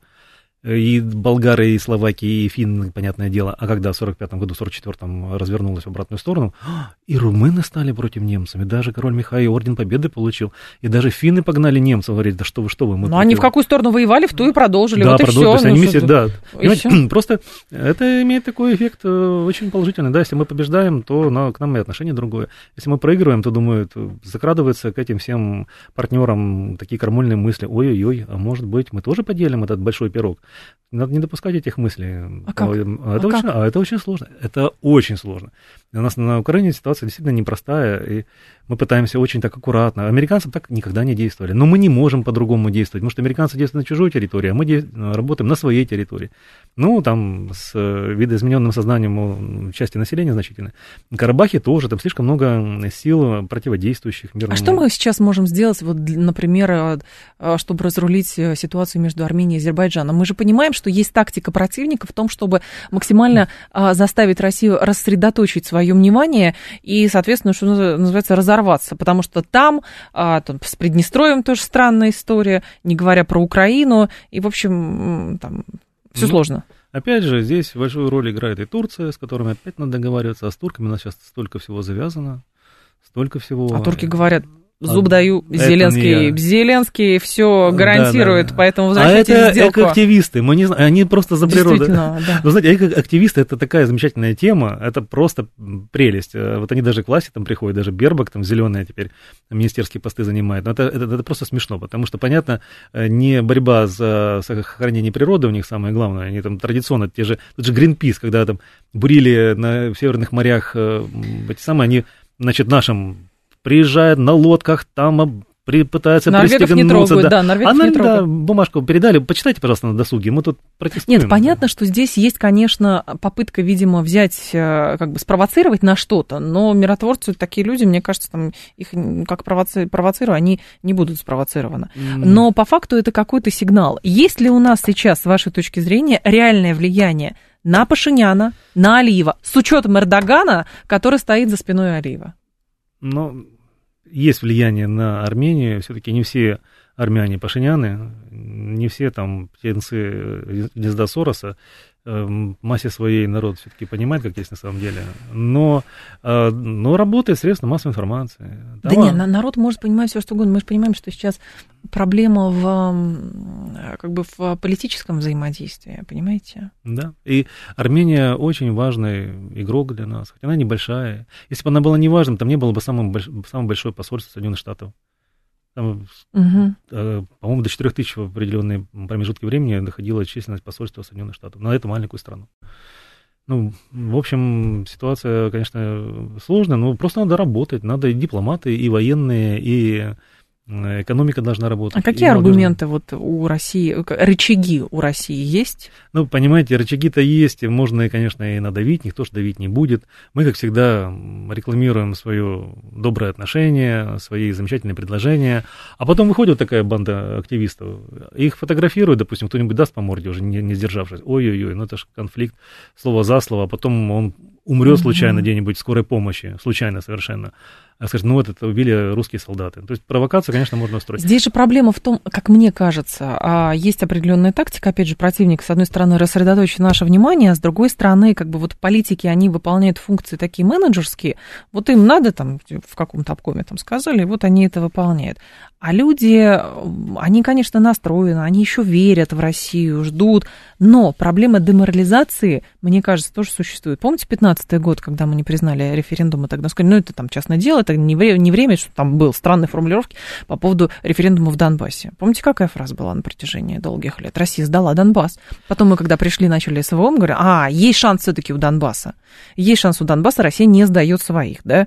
И болгары, и словаки, и финны, понятное дело. А когда в сорок пятом году, в сорок четвёртом развернулась в обратную сторону, и румыны стали против немцев, и даже король Михай орден Победы получил, и даже финны погнали немцев, говорить, да что вы, что вы. Мы Но они в какую сторону воевали, в ту и продолжили. Да, вот продолжили. И все. Они ну, вместе, да. И просто это имеет такой эффект очень положительный. Да, если мы побеждаем, то на, к нам и отношение другое. Если мы проигрываем, то, думаю, закрадываются к этим всем партнерам такие крамольные мысли. Ой-ой-ой, а может быть, мы тоже поделим этот большой пирог? Надо не допускать этих мыслей. А как? А это, а очень, как? А это очень сложно. Это очень сложно. У нас на Украине ситуация действительно непростая, и мы пытаемся очень так аккуратно. Американцы так никогда не действовали. Но мы не можем по-другому действовать, потому что американцы действуют на чужой территории, а мы де- работаем на своей территории. Ну, там, с видоизмененным сознанием у части населения значительно. В Карабахе тоже, там слишком много сил противодействующих мирному. А что мы сейчас можем сделать, вот, например, чтобы разрулить ситуацию между Арменией и Азербайджаном? Мы же понимаем, что есть тактика противника в том, чтобы максимально а, заставить Россию рассредоточить свое внимание и, соответственно, что называется, разорваться, потому что там, а, там с Приднестровьем тоже странная история, не говоря про Украину, и, в общем, там все ну, сложно. Опять же, здесь большую роль играет и Турция, с которыми опять надо договариваться, а с турками у нас сейчас столько всего завязано, столько всего... А турки говорят... Зуб даю, Зеленский, Зеленский все гарантирует, да, да, да. Поэтому возвращайте а сделку. А это экоактивисты, мы не знаем, они просто за природу. Да. Вы знаете, экоактивисты — это такая замечательная тема, это просто прелесть. Вот они даже к власти там приходят, даже Бербак там зеленая теперь министерские посты занимает. Но это, это, это просто смешно, потому что, понятно, не борьба за сохранение природы у них самое главное, они там традиционно, те же, тот же Greenpeace, когда там бурили на, в северных морях эти самые, они, значит, нашим приезжает на лодках, там при, пытается пристегнуться. Не трогают, да, да а не нам, трогают. Да, бумажку передали, почитайте, пожалуйста, на досуге, мы тут протестуем. Нет, понятно, что здесь есть, конечно, попытка, видимо, взять, как бы спровоцировать на что-то, но миротворцы, такие люди, мне кажется, там, их как провоци... провоцируют, они не будут спровоцированы. Mm. Но по факту это какой-то сигнал. Есть ли у нас сейчас, с вашей точки зрения, реальное влияние на Пашиняна, на Алиева, с учетом Эрдогана, который стоит за спиной Алиева? Но есть влияние на Армению, все-таки не все армяне пашиняны, не все там птенцы гнезда Сороса, в массе своей народ все-таки понимает, как есть на самом деле, но, но работает средства массовой информации. Да там... нет, народ может понимать все, что угодно. Мы же понимаем, что сейчас проблема в, как бы в политическом взаимодействии, понимаете? Да, и Армения очень важный игрок для нас, хотя она небольшая. Если бы она была неважным, там не было бы самым больш... самое большое посольство Соединенных Штатов. Там, угу. э, по-моему, до четырех тысяч в определенные промежутки времени доходила численность посольства Соединенных Штатов на эту маленькую страну. Ну, в общем, ситуация, конечно, сложная, но просто надо работать, надо и дипломаты, и военные, и экономика должна работать. А какие аргументы должна... вот у России, рычаги у России есть? Ну, понимаете, рычаги-то есть, можно, конечно, и надавить, никто же давить не будет. Мы, как всегда, рекламируем свое доброе отношение, свои замечательные предложения, а потом выходит такая банда активистов, их фотографируют, допустим, кто-нибудь даст по морде, уже не, не сдержавшись, ой-ой-ой, ну это же конфликт, слово за слово, а потом он умрет случайно mm-hmm. где-нибудь в скорой помощи, случайно совершенно. А скажет, ну вот это убили русские солдаты. То есть провокацию, конечно, можно устроить. Здесь же проблема в том, как мне кажется, есть определенная тактика, опять же, противник, с одной стороны, рассредоточить наше внимание, а с другой стороны, как бы вот политики, они выполняют функции такие менеджерские, вот им надо там в каком-то обкоме там сказали, вот они это выполняют. А люди, они, конечно, настроены, они еще верят в Россию, ждут, но проблема деморализации, мне кажется, тоже существует. Помните пятнадцатый год, когда мы не признали референдум, и тогда сказали, ну это там частное дело, это не время, не время, что там был странные формулировки по поводу референдума в Донбассе. Помните, какая фраза была на протяжении долгих лет? Россия сдала Донбасс. Потом мы, когда пришли, начали СВО, мы говорим, а, есть шанс все-таки у Донбасса. Есть шанс у Донбасса, Россия не сдает своих, да?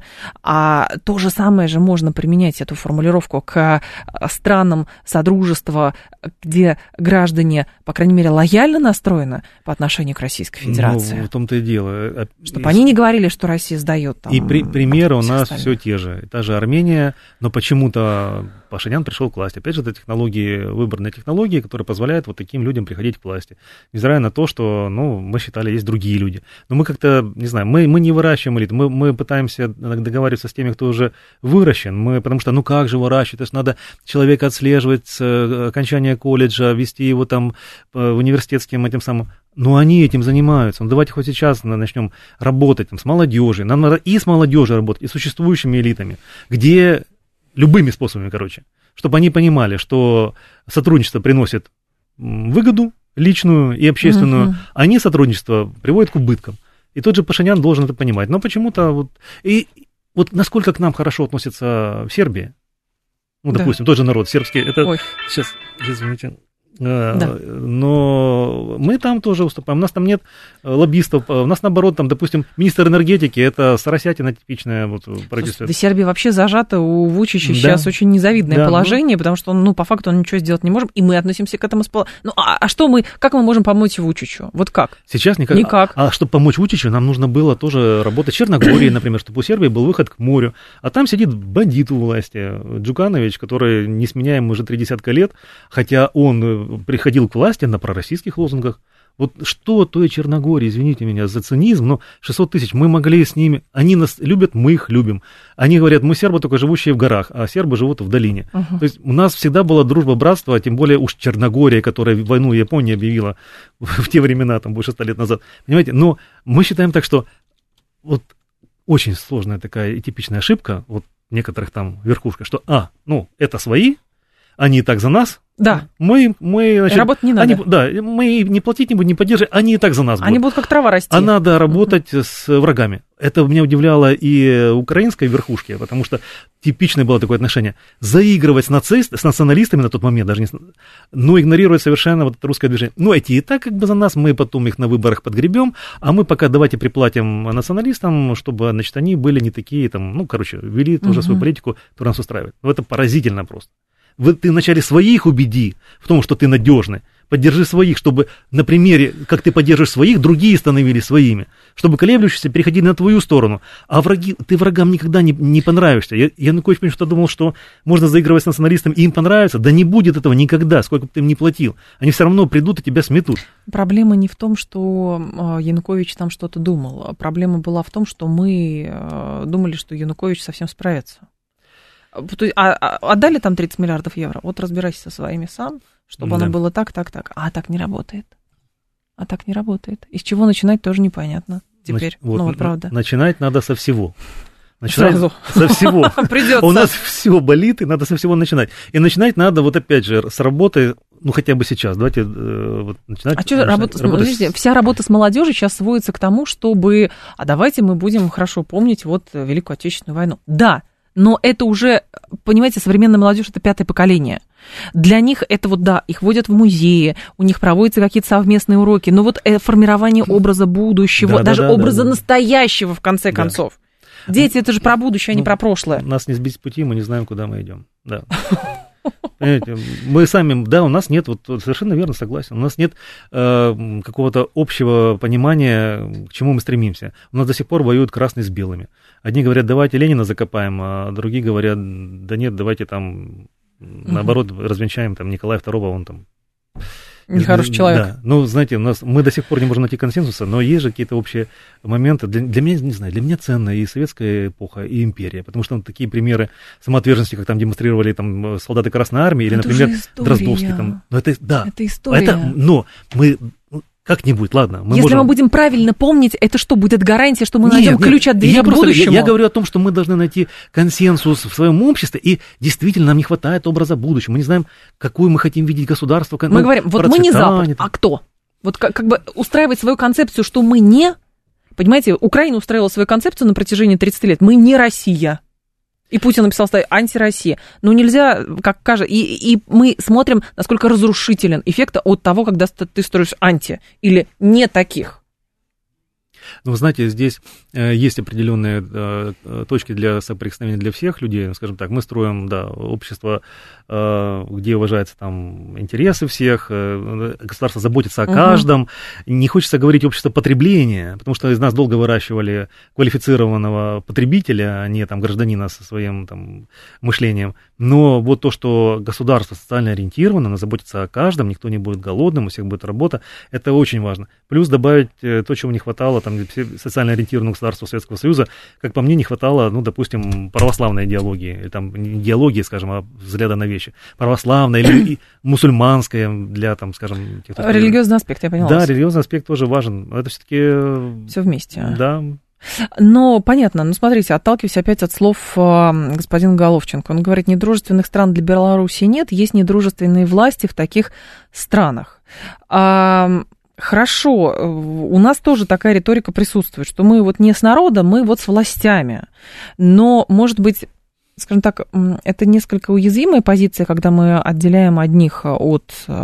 А то же самое же можно применять, эту формулировку, к странам Содружества, где граждане, по крайней мере, лояльно настроены по отношению к Российской Федерации. Ну, в том-то и дело. Чтобы и... они не говорили, что Россия сдает. Там, и при, примеры у нас остальных. Все те же. Та же Армения, но почему-то Пашинян пришел к власти. Опять же, это технологии, выборные технологии, которые позволяют вот таким людям приходить к власти. Невзирая на то, что, ну, мы считали, есть другие люди. Но мы как-то, не знаю, мы, мы не выращиваем элиту, мы, мы пытаемся договариваться с теми, кто уже выращен, мы, потому что, ну, как же выращивать, то есть надо человека отслеживать с окончания колледжа, вести его там в университетским этим самым. Но они этим занимаются. Ну, давайте хоть сейчас начнем работать там, с молодежью. Нам надо и с молодежью работать, и с существующими элитами, где любыми способами, короче, чтобы они понимали, что сотрудничество приносит выгоду личную и общественную, uh-huh. а не сотрудничество приводит к убыткам. И тот же Пашинян должен это понимать. Но почему-то вот... И вот насколько к нам хорошо относятся в Сербии, ну, допустим, да. тот же народ сербский, это... Ой. Сейчас, извините... Да. Но мы там тоже выступаем. У нас там нет лоббистов. У нас, наоборот, там, допустим, министр энергетики, это соросятина типичная вот, правительство. Да, Сербия вообще зажата, у Вучича да. сейчас очень незавидное да, положение, ну... потому что он, ну, по факту он ничего сделать не может, и мы относимся к этому с пол... Ну, а, а что мы, как мы можем помочь Вучичу? Вот как? Сейчас никак. Никак. А, а чтобы помочь Вучичу, нам нужно было тоже работать в Черногории, например, чтобы у Сербии был выход к морю. А там сидит бандит у власти, Джуканович, который несменяем уже три десятка лет, хотя он приходил к власти на пророссийских лозунгах. Вот что той Черногории, извините меня за цинизм, но шестьсот тысяч, мы могли с ними, они нас любят, мы их любим. Они говорят, мы сербы только живущие в горах, а сербы живут в долине. Uh-huh. То есть у нас всегда была дружба, братство, а тем более уж Черногория, которая войну Японии объявила в те времена, там больше ста лет назад. Понимаете, но мы считаем так, что вот очень сложная такая и типичная ошибка, вот некоторых там верхушка, что, а, ну, это свои, они и так за нас. Да. Мы, мы, значит, работать не надо. Они, да, мы не платить не будем, не поддерживать, они и так за нас будут. Они будут как трава расти. А надо работать uh-huh. с врагами. Это меня удивляло и украинской верхушке, потому что типичное было такое отношение. Заигрывать с, нацист, с националистами на тот момент, даже не с, но игнорировать совершенно вот это русское движение. Ну, эти и так как бы за нас, мы потом их на выборах подгребем, а мы пока давайте приплатим националистам, чтобы, значит, они были не такие, там, ну, короче, вели тоже uh-huh. свою политику, которая нас устраивает. Ну, это поразительно просто. Вы, ты вначале своих убеди в том, что ты надежный. Поддержи своих, чтобы на примере, как ты поддержишь своих, другие становились своими. Чтобы колеблющиеся переходили на твою сторону. А враги, ты врагам никогда не, не понравишься. Я, Янукович почему-то думал, что можно заигрывать с националистами, и им понравится. Да не будет этого никогда, сколько бы ты им ни платил. Они все равно придут и тебя сметут. Проблема не в том, что Янукович там что-то думал. Проблема была в том, что мы думали, что Янукович совсем справится. А, а отдали там тридцать миллиардов евро, вот разбирайся со своими сам, чтобы да. оно было так, так, так. А так не работает. А так не работает. И с чего начинать, тоже непонятно теперь. Нач- вот, ну вот правда. Начинать надо со всего. Начинать Сразу. Со всего. Придется. У нас все болит, и надо со всего начинать. И начинать надо, вот опять же, с работы, ну хотя бы сейчас. Давайте э, вот, начинать. А что работа, смотрите, вся работа с молодежью сейчас сводится к тому, чтобы, а давайте мы будем хорошо помнить вот Великую Отечественную войну. Да. Но это уже, понимаете, современная молодежь – это пятое поколение. Для них это вот, да, их водят в музеи, у них проводятся какие-то совместные уроки, но вот формирование образа будущего, да, даже да, да, образа да, да. настоящего, в конце да. концов. Дети, это же про будущее, а не про прошлое. Нас не сбить с пути, мы не знаем, куда мы идем. Да. Понимаете, мы сами, да, у нас нет, вот совершенно верно, согласен, у нас нет э, какого-то общего понимания, к чему мы стремимся. У нас до сих пор воюют красные с белыми. Одни говорят, давайте Ленина закопаем, а другие говорят, да нет, давайте там, наоборот, uh-huh. развенчаем там Николая второго, он там... Нехороший человек. Да, ну, знаете, у нас, мы до сих пор не можем найти консенсуса, но есть же какие-то общие моменты. Для, для меня, не знаю, для меня ценна и советская эпоха, и империя, потому что ну, такие примеры самоотверженности, как там демонстрировали там, солдаты Красной Армии, или, это например, Дроздовский. Там, ну, это, да, это история. Это, но мы... Как-нибудь, ладно. Мы Если можем... мы будем правильно помнить, это что, будет гарантия, что мы найдем нет, ключ от двери я к просто, будущему? Я, я говорю о том, что мы должны найти консенсус в своем обществе, и действительно нам не хватает образа будущего. Мы не знаем, какую мы хотим видеть государство. Мы ну, говорим, вот мы не Запад, а кто? Вот как, как бы устраивать свою концепцию, что мы не... Понимаете, Украина устраивала свою концепцию на протяжении тридцати лет. Мы не Россия. И Путин написал антироссия. Но нельзя, как кажется, и, и мы смотрим, насколько разрушителен эффект от того, когда ты строишь анти или не таких. Ну, вы знаете, здесь э, есть определенные э, точки для соприкосновения для всех людей, скажем так. Мы строим, да, общество, э, где уважаются там интересы всех, э, государство заботится о каждом. Угу. Не хочется говорить общество потребления, потому что из нас долго выращивали квалифицированного потребителя, а не там гражданина со своим там мышлением. Но вот то, что государство социально ориентировано, оно заботится о каждом, никто не будет голодным, у всех будет работа, это очень важно. Плюс добавить то, чего не хватало там социально ориентированного государства Советского Союза, как по мне, не хватало, ну, допустим, православной идеологии, или там не идеологии, скажем, а взгляда на вещи. Православная или мусульманская для, там, скажем... Тех, кто... Религиозный аспект, я поняла. Да, религиозный аспект тоже важен. Это все-таки... Все вместе. Да. Но понятно, ну смотрите, отталкиваясь опять от слов э, господина Головченко, он говорит, недружественных стран для Беларуси нет, есть недружественные власти в таких странах. А, хорошо, у нас тоже такая риторика присутствует, что мы вот не с народом, мы вот с властями, но, может быть, скажем так, это несколько уязвимая позиция, когда мы отделяем одних от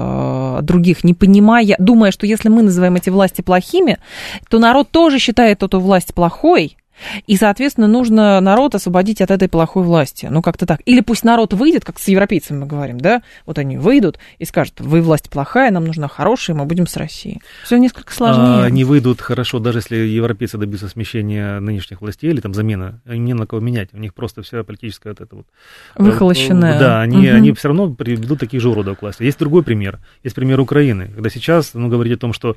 э, других, не понимая, думая, что если мы называем эти власти плохими, то народ тоже считает эту власть плохой, и, соответственно, нужно народ освободить от этой плохой власти. Ну, как-то так. Или пусть народ выйдет, как с европейцами мы говорим, да, вот они выйдут и скажут, вы власть плохая, нам нужна хорошая, мы будем с Россией. Все несколько сложнее. Они выйдут хорошо, даже если европейцы добьются смещения нынешних властей или там замены, им не на кого менять, у них просто вся политическая вот эта вот... Выхолощенная. Да, они, угу. они все равно приведут таких же уродов к власти. Есть другой пример, есть пример Украины, когда сейчас, ну, говорить о том, что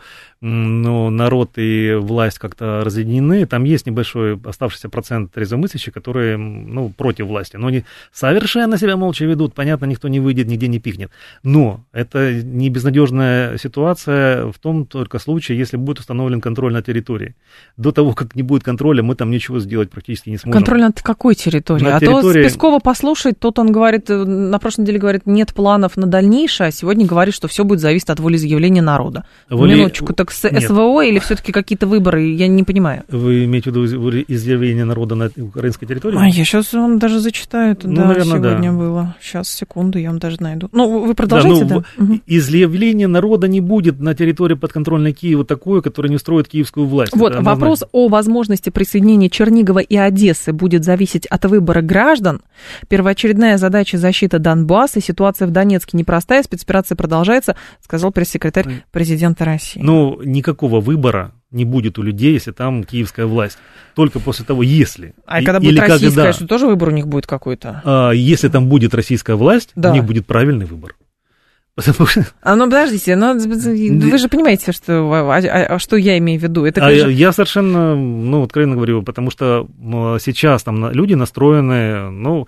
ну, народ и власть как-то разъединены, там есть небольшой оставшийся процент трезвомыслящих, которые, ну, против власти. Но они совершенно себя молча ведут. Понятно, никто не выйдет, нигде не пикнет. Но это не безнадежная ситуация в том только случае, если будет установлен контроль на территории. До того, как не будет контроля, мы там ничего сделать практически не сможем. Контроль над какой территорией? На а территории... то с Пескова послушать, тот он говорит, на прошлой неделе говорит, нет планов на дальнейшее, а сегодня говорит, что все будет зависеть от волеизъявления народа. Воли... Минуточку, так с нет. СВО или все-таки какие-то выборы? Я не понимаю. Вы имеете в виду изъявление народа на украинской территории? А, я сейчас вам даже зачитаю. Это, ну, да, наверное, сегодня да. было. Сейчас, секунду, я вам даже найду. Ну, вы продолжайте, да? да? Ну, угу. Изъявление народа не будет на территории подконтрольной Киева такое, которое не устроит киевскую власть. Вот, вопрос о возможности присоединения Чернигова и Одессы будет зависеть от выбора граждан. Первоочередная задача защиты Донбасса. Ситуация в Донецке непростая, спецоперация продолжается, сказал пресс-секретарь президента России. Ну, никакого выбора не будет у людей, если там киевская власть. Только после того, если... А и, когда будет российская, когда, что тоже выбор у них будет какой-то? А, если там будет российская власть, да. у них будет правильный выбор. Потому что... А ну подождите, но вы же понимаете, что, а, а, что я имею в виду. Это, а конечно... Я совершенно, ну, откровенно говорю, потому что сейчас там люди настроены, ну...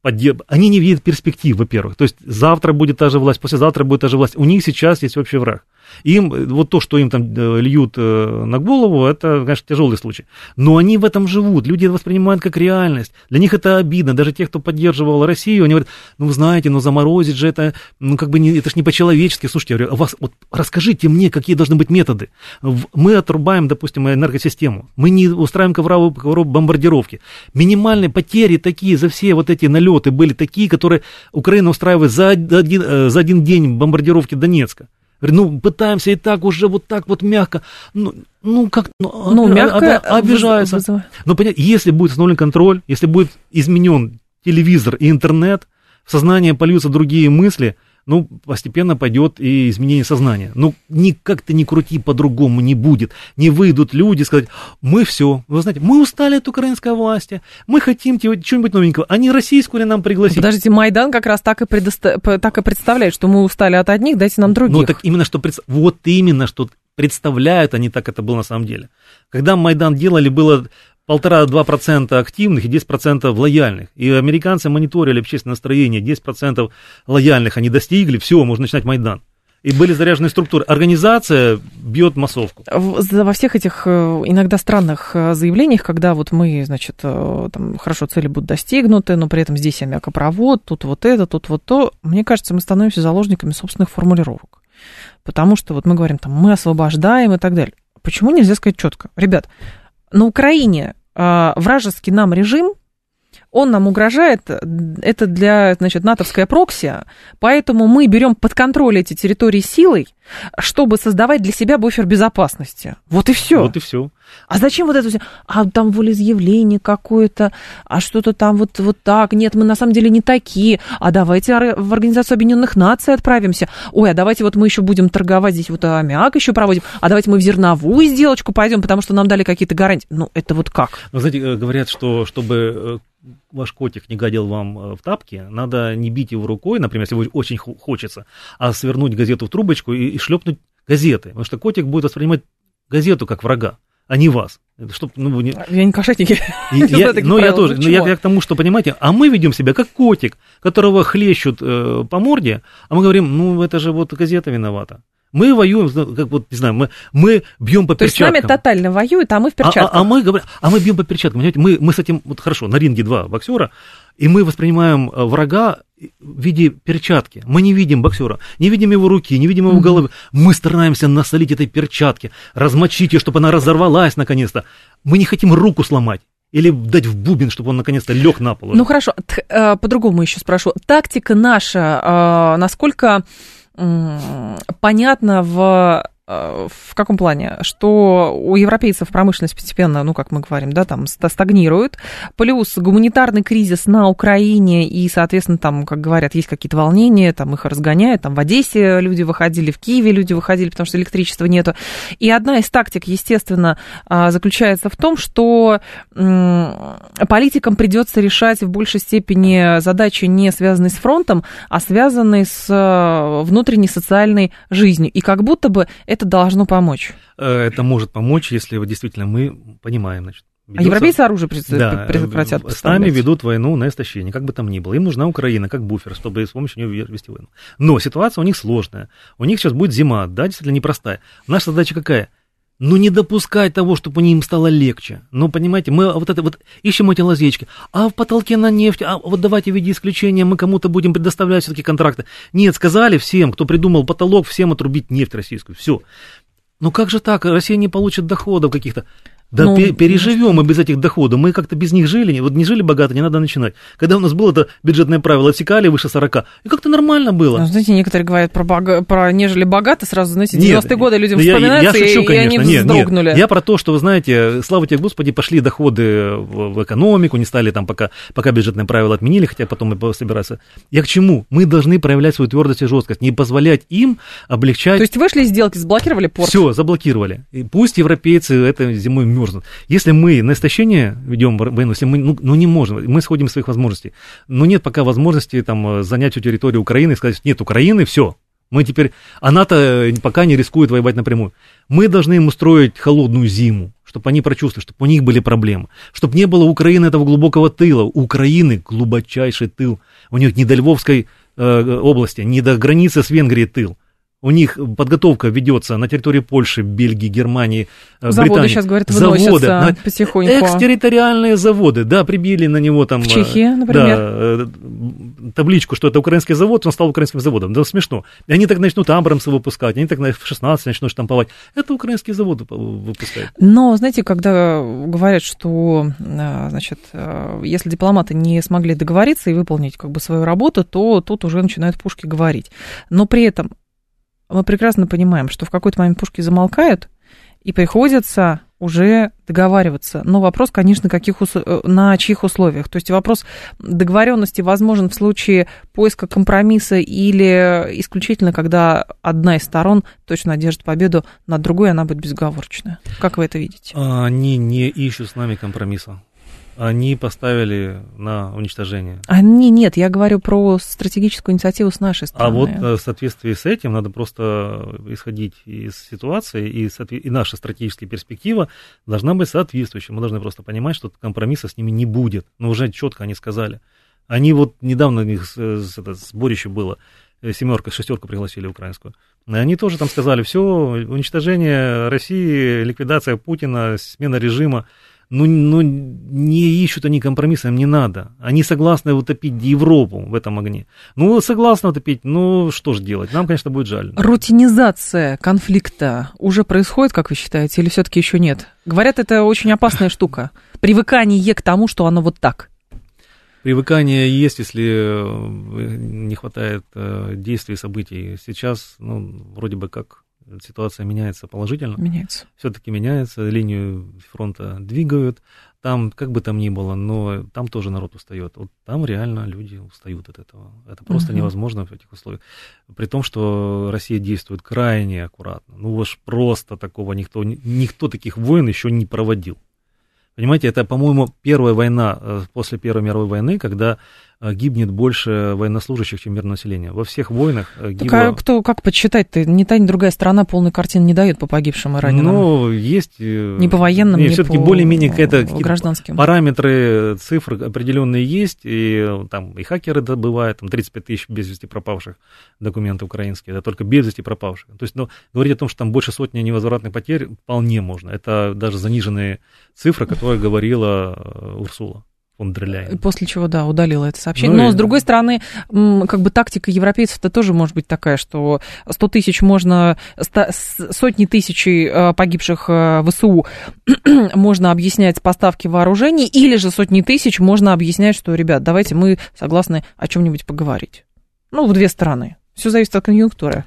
Они не видят перспектив, во-первых. То есть завтра будет та же власть, послезавтра будет та же власть. У них сейчас есть общий враг. Им, вот то, что им там льют на голову, это, конечно, тяжелый случай. Но они в этом живут, люди это воспринимают как реальность. Для них это обидно. Даже те, кто поддерживал Россию, они говорят, ну, вы знаете, ну, заморозить же это, ну, как бы, не, это ж не по-человечески. Слушайте, я говорю, а вас, вот, расскажите мне, какие должны быть методы. Мы отрубаем, допустим, энергосистему. Мы не устраиваем ковровые, ковровые бомбардировки. Минимальные потери такие за все вот эти налеты были такие, которые Украина устраивает за один, за один день бомбардировки Донецка. Ну, пытаемся и так уже вот так вот мягко, ну, ну как, ну, ну об, мягко об, обижаются. Вызов... Но понятно, если будет установлен контроль, если будет изменен телевизор и интернет, в сознание польются другие мысли, ну, постепенно пойдет и изменение сознания. Ну, ни, как-то ни крути, по-другому не будет. Не выйдут люди сказать, мы все, вы знаете, мы устали от украинской власти, мы хотим чего-нибудь новенького, а не российскую ли нам пригласить? Подождите, Майдан как раз так и, предоста... так и представляет, что мы устали от одних, дайте нам других. Ну, так именно, что, пред... вот именно, что представляют они, так это было на самом деле. Когда Майдан делали, было... полтора-два процента активных и десять процентов лояльных. И американцы мониторили общественное настроение, десять процентов лояльных они достигли, все, можно начинать Майдан. И были заряженные структуры. Организация бьет массовку. Во всех этих иногда странных заявлениях, когда вот мы, значит, там, хорошо, цели будут достигнуты, но при этом здесь аммиакопровод, тут вот это, тут вот то, мне кажется, мы становимся заложниками собственных формулировок. Потому что вот мы говорим, там, мы освобождаем и так далее. Почему нельзя сказать четко? Ребят, на Украине э, вражеский нам режим, он нам угрожает, это для, значит, натовская прокси, поэтому мы берем под контроль эти территории силой, чтобы создавать для себя буфер безопасности. Вот и все. Вот и все. А зачем вот это все? А там волеизъявление какое-то, а что-то там вот, вот так. Нет, мы на самом деле не такие. А давайте в Организацию Объединенных Наций отправимся. Ой, а давайте вот мы еще будем торговать здесь, вот аммиак еще проводим. А давайте мы в зерновую сделочку пойдем, потому что нам дали какие-то гарантии. Ну, это вот как? Вы знаете, говорят, что чтобы ваш котик не гадил вам в тапки, надо не бить его рукой, например, если очень хочется, а свернуть газету в трубочку и, и шлепнуть газеты. Потому что котик будет воспринимать газету как врага, а не вас. Чтоб, ну, не... Я не кошатник. Но я тоже. Но я к тому, что, понимаете, а мы ведем себя как котик, которого хлещут э, по морде, а мы говорим, ну, это же вот газета виновата. Мы воюем, как вот, не знаю, мы, мы бьем по То перчаткам. То есть с нами тотально воюют, а мы в перчатках. А, а, а, мы, говорим, а мы бьем по перчаткам. Понимаете, мы, мы с этим, вот хорошо, на ринге два боксера, и мы воспринимаем врага в виде перчатки. Мы не видим боксера, не видим его руки, не видим его mm-hmm. головы. Мы стараемся насолить этой перчатке, размочить ее, чтобы она разорвалась наконец-то. Мы не хотим руку сломать. Или дать в бубен, чтобы он наконец-то лег на пол. Ну хорошо, по-другому еще спрошу. Тактика наша, насколько понятно в... В каком плане? Что у европейцев промышленность постепенно, ну, как мы говорим, да, там стагнирует, плюс гуманитарный кризис на Украине, и, соответственно, там, как говорят, есть какие-то волнения, там их разгоняют, там в Одессе люди выходили, в Киеве люди выходили, потому что электричества нету. И одна из тактик, естественно, заключается в том, что политикам придется решать в большей степени задачи, не связанные с фронтом, а связанные с внутренней социальной жизнью. И как будто бы это должно помочь. Это может помочь, если вот действительно мы понимаем, значит. Ведется... А европейцы оружие да, прекратят поставлять. С нами ведут войну на истощение, как бы там ни было. Им нужна Украина как буфер, чтобы с помощью нее вести войну. Но ситуация у них сложная. У них сейчас будет зима, да, действительно непростая. Наша задача какая? Ну, не допускать того, чтобы им стало легче. Ну, понимаете, мы вот это вот ищем эти лазейки. А в потолке на нефть, а вот давайте в виде исключения мы кому-то будем предоставлять все-таки контракты. Нет, сказали всем, кто придумал потолок, всем отрубить нефть российскую. Все. Ну, как же так? Россия не получит доходов каких-то. Да ну, переживем мы без этих доходов. Мы как-то без них жили. Вот не жили богато, не надо начинать. Когда у нас было это бюджетное правило, отсекали выше сорока, и как-то нормально было. Ну, знаете, некоторые говорят про, бога, про не жили богато, сразу, знаете, девяностые годы людям я, вспоминаются, я, я шучу, и, конечно. и они вздрогнули. Нет, нет. Я про то, что, вы знаете, слава тебе, Господи, пошли доходы в, в экономику, не стали там, пока, пока бюджетное правило отменили, хотя потом мы собираются. Я к чему? Мы должны проявлять свою твердость и жесткость, не позволять им облегчать. То есть вышли из сделки, заблокировали порт? Все, заблокировали. И пусть европейцы этой зимой мерзнут. Если мы на истощение ведем войну, если мы, ну, ну не можем, мы сходим с своих возможностей, но нет пока возможности там занять всю территорию Украины и сказать, нет Украины, все, мы теперь, а НАТО пока не рискует воевать напрямую. Мы должны им устроить холодную зиму, чтобы они прочувствовали, чтобы у них были проблемы, чтобы не было у Украины этого глубокого тыла, у Украины глубочайший тыл, у них не до Львовской э, области, не до границы с Венгрией тыл. У них подготовка ведется на территории Польши, Бельгии, Германии, заводы, Британии. Сейчас, говорят, выносятся заводы, потихоньку. Экстерриториальные заводы, да, прибили на него там... В Чехии, например. Да, табличку, что это украинский завод, он стал украинским заводом. Да, смешно. И они так начнут Абрамсы выпускать, они так в шестнадцать начнут штамповать. Это украинский завод выпускает. Но, знаете, когда говорят, что, значит, если дипломаты не смогли договориться и выполнить как бы свою работу, то тут уже начинают пушки говорить. Но при этом мы прекрасно понимаем, что в какой-то момент пушки замолкают, и приходится уже договариваться. Но вопрос, конечно, каких ус... на чьих условиях. То есть вопрос договоренности возможен в случае поиска компромисса или исключительно, когда одна из сторон точно одержит победу над другой, она будет безоговорочная. Как вы это видите? Они не ищут с нами компромисса. Они поставили на уничтожение. Они нет, я говорю про стратегическую инициативу с нашей стороны. А вот в соответствии с этим надо просто исходить из ситуации, и, и наша стратегическая перспектива должна быть соответствующей. Мы должны просто понимать, что компромисса с ними не будет. Но уже четко они сказали. Они вот недавно у них это, сборище было, семерка, шестерку пригласили украинскую. И они тоже там сказали, все, уничтожение России, ликвидация Путина, смена режима. Ну, ну, не ищут они компромисса, им не надо. Они согласны утопить Европу в этом огне. Ну, согласны утопить, ну, что же делать? Нам, конечно, будет жаль. Рутинизация конфликта уже происходит, как вы считаете, или все-таки еще нет? Говорят, это очень опасная штука. Привыкание к тому, что оно вот так. Привыкание есть, если не хватает действий, событий. Сейчас, ну, вроде бы как... Ситуация меняется положительно. Меняется. Все-таки меняется, линию фронта двигают. Там, как бы там ни было, но там тоже народ устает. Вот там реально люди устают от этого. Это просто uh-huh. невозможно в этих условиях. При том, что Россия действует крайне аккуратно. Ну уж просто такого никто, никто таких войн еще не проводил. Понимаете, это, по-моему, первая война после Первой мировой войны, когда гибнет больше военнослужащих, чем мирное население. Во всех войнах гибло... Так, а кто, как подсчитать-то? Ни та, ни другая страна полной картины не дает по погибшим и раненым. Ну, есть... Не по военным, не все-таки по более-менее какие-то гражданским. Параметры, цифры определенные есть, и там и хакеры добывают, там тридцать пять тысяч без вести пропавших документов украинские, это только без вести пропавших. То есть, ну, говорить о том, что там больше сотни невозвратных потерь, вполне можно. Это даже заниженные цифры, которые говорила Урсула. После чего, да, удалила это сообщение. Ну, но, и... с другой стороны, как бы тактика европейцев-то тоже может быть такая, что сто тысяч можно, сотни тысяч погибших в ВСУ можно объяснять поставки вооружений, или же сотни тысяч можно объяснять, что, ребят, давайте мы согласны о чем-нибудь поговорить. Ну, в две стороны. Все зависит от конъюнктуры.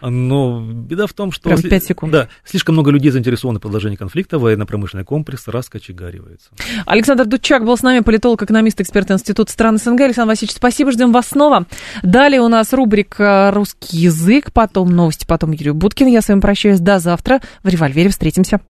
Но беда в том, что Прям пять секунд. Да, слишком много людей заинтересованы в продолжении конфликта, военно-промышленный комплекс раскочегаривается. Александр Дудчак был с нами, политолог, экономист, эксперт Института стран СНГ. Александр Васильевич, спасибо, ждем вас снова. Далее у нас рубрика «Русский язык», потом новости, потом Юрий Буткин. Я с вами прощаюсь до завтра. В «Револьвере» встретимся.